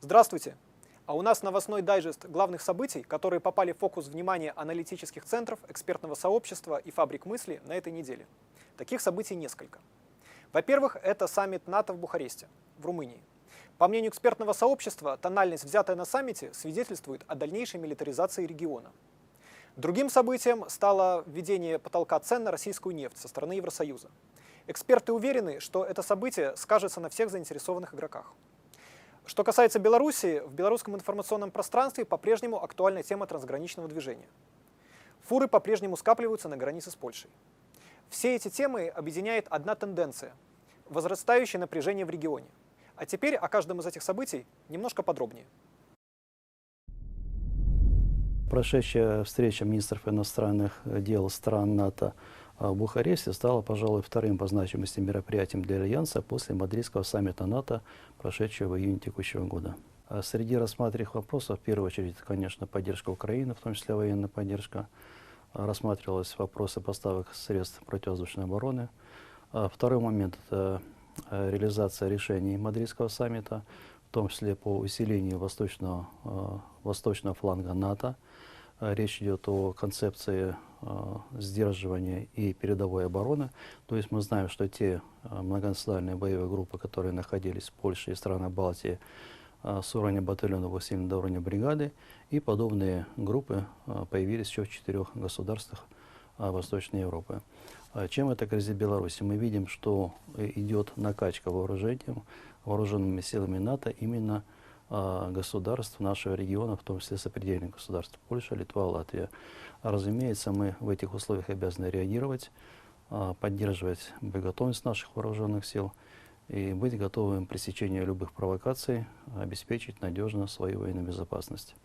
Здравствуйте! А у нас новостной дайджест главных событий, которые попали в фокус внимания аналитических центров, экспертного сообщества и фабрик мысли на этой неделе. Таких событий несколько. Во-первых, это саммит НАТО в Бухаресте, в Румынии. По мнению экспертного сообщества, тональность, взятая на саммите, свидетельствует о дальнейшей милитаризации региона. Другим событием стало введение потолка цен на российскую нефть со стороны Евросоюза. Эксперты уверены, что это событие скажется на всех заинтересованных игроках. Что касается Беларуси, в белорусском информационном пространстве по-прежнему актуальна тема трансграничного движения. Фуры по-прежнему скапливаются на границе с Польшей. Все эти темы объединяет одна тенденция – возрастающее напряжение в регионе. А теперь о каждом из этих событий немножко подробнее. Прошедшая встреча министров иностранных дел стран НАТО в Бухаресте стала, пожалуй, вторым по значимости мероприятием для Альянса после мадридского саммита НАТО, прошедшего в июне текущего года. Среди рассматриваемых вопросов, в первую очередь, конечно, поддержка Украины, в том числе военная поддержка. Рассматривались вопросы поставок средств противовоздушной обороны. Второй момент – это реализация решений мадридского саммита, в том числе по усилению восточного фланга НАТО. Речь идет о концепции сдерживания и передовой обороны. То есть мы знаем, что те многонациональные боевые группы, которые находились в Польше и странах Балтии, с уровня батальона усилены до уровня бригады, и подобные группы появились еще в 4 государствах Восточной Европы. Чем это грозит Беларуси? Мы видим, что идет накачка вооруженными силами НАТО именно государств нашего региона, в том числе сопредельных государств Польша, Литва, Латвия. Разумеется, мы в этих условиях обязаны реагировать, поддерживать боеготовность наших вооруженных сил и быть готовым к пресечению любых провокаций, обеспечить надежно свою военную безопасность.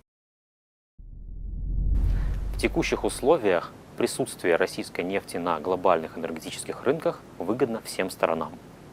В текущих условиях присутствие российской нефти на глобальных энергетических рынках выгодно всем сторонам.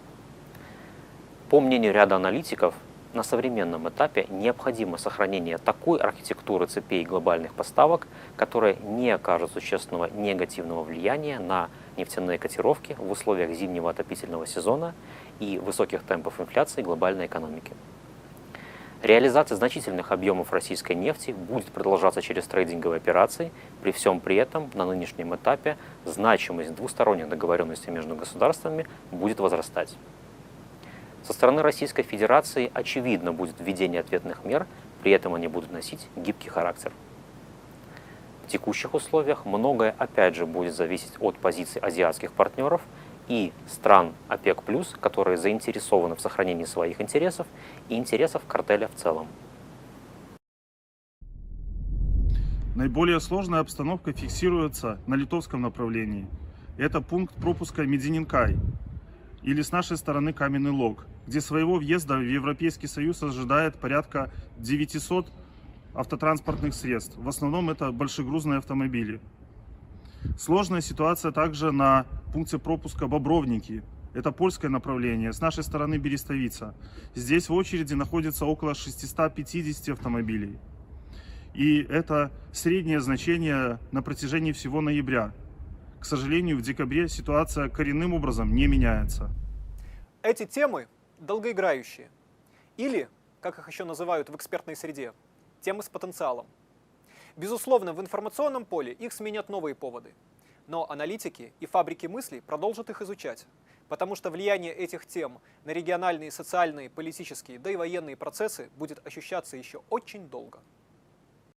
По мнению ряда аналитиков, на современном этапе необходимо сохранение такой архитектуры цепей глобальных поставок, которая не окажет существенного негативного влияния на нефтяные котировки в условиях зимнего отопительного сезона и высоких темпов инфляции глобальной экономики. Реализация значительных объемов российской нефти будет продолжаться через трейдинговые операции, при всем при этом на нынешнем этапе значимость двусторонних договоренностей между государствами будет возрастать. Со стороны Российской Федерации очевидно будет введение ответных мер, при этом они будут носить гибкий характер. В текущих условиях многое опять же будет зависеть от позиций азиатских партнеров и стран ОПЕК+, которые заинтересованы в сохранении своих интересов и интересов картеля в целом. Наиболее сложная обстановка фиксируется на литовском направлении. Это пункт пропуска Медининкай, или с нашей стороны Каменный Лог, где своего въезда в Европейский Союз ожидает порядка 900 автотранспортных средств. В основном это большегрузные автомобили. Сложная ситуация также на пункте пропуска Бобровники. Это польское направление, с нашей стороны Берестовица. Здесь в очереди находится около 650 автомобилей. И это среднее значение на протяжении всего ноября. К сожалению, в декабре ситуация коренным образом не меняется. Эти темы долгоиграющие. Или, как их еще называют в экспертной среде, темы с потенциалом. Безусловно, в информационном поле их сменят новые поводы. Но аналитики и фабрики мыслей продолжат их изучать, потому что влияние этих тем на региональные, социальные, политические, да и военные процессы будет ощущаться еще очень долго.